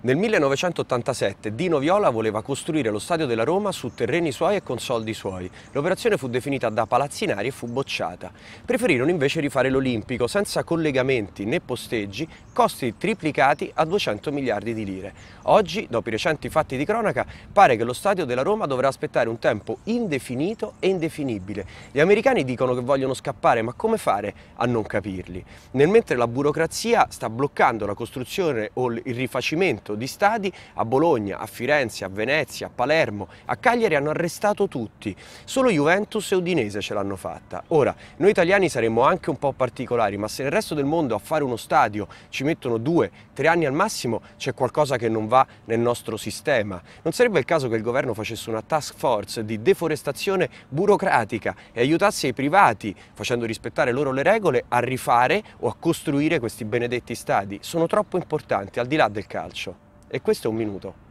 Nel 1987 Dino Viola voleva costruire lo stadio della Roma su terreni suoi e con soldi suoi. L'operazione fu definita da palazzinari e fu bocciata. Preferirono invece rifare l'Olimpico senza collegamenti né posteggi, costi triplicati a 200 miliardi di lire. Oggi, dopo i recenti fatti di cronaca, pare che lo stadio della Roma dovrà aspettare un tempo indefinito e indefinibile. Gli americani dicono che vogliono scappare, ma come fare a non capirli? Nel mentre la burocrazia sta bloccando la costruzione o il rifacimento di stadi, a Bologna, a Firenze, a Venezia, a Palermo, a Cagliari hanno arrestato tutti. Solo Juventus e Udinese ce l'hanno fatta. Ora, noi italiani saremmo anche un po' particolari, ma se nel resto del mondo a fare uno stadio ci mettono 2-3 anni al massimo, c'è qualcosa che non va nel nostro sistema. Non sarebbe il caso che il governo facesse una task force di deforestazione burocratica e aiutasse i privati, facendo rispettare loro le regole, a rifare o a costruire questi benedetti stadi? Sono troppo importanti, al di là del calcio. E questo è un minuto.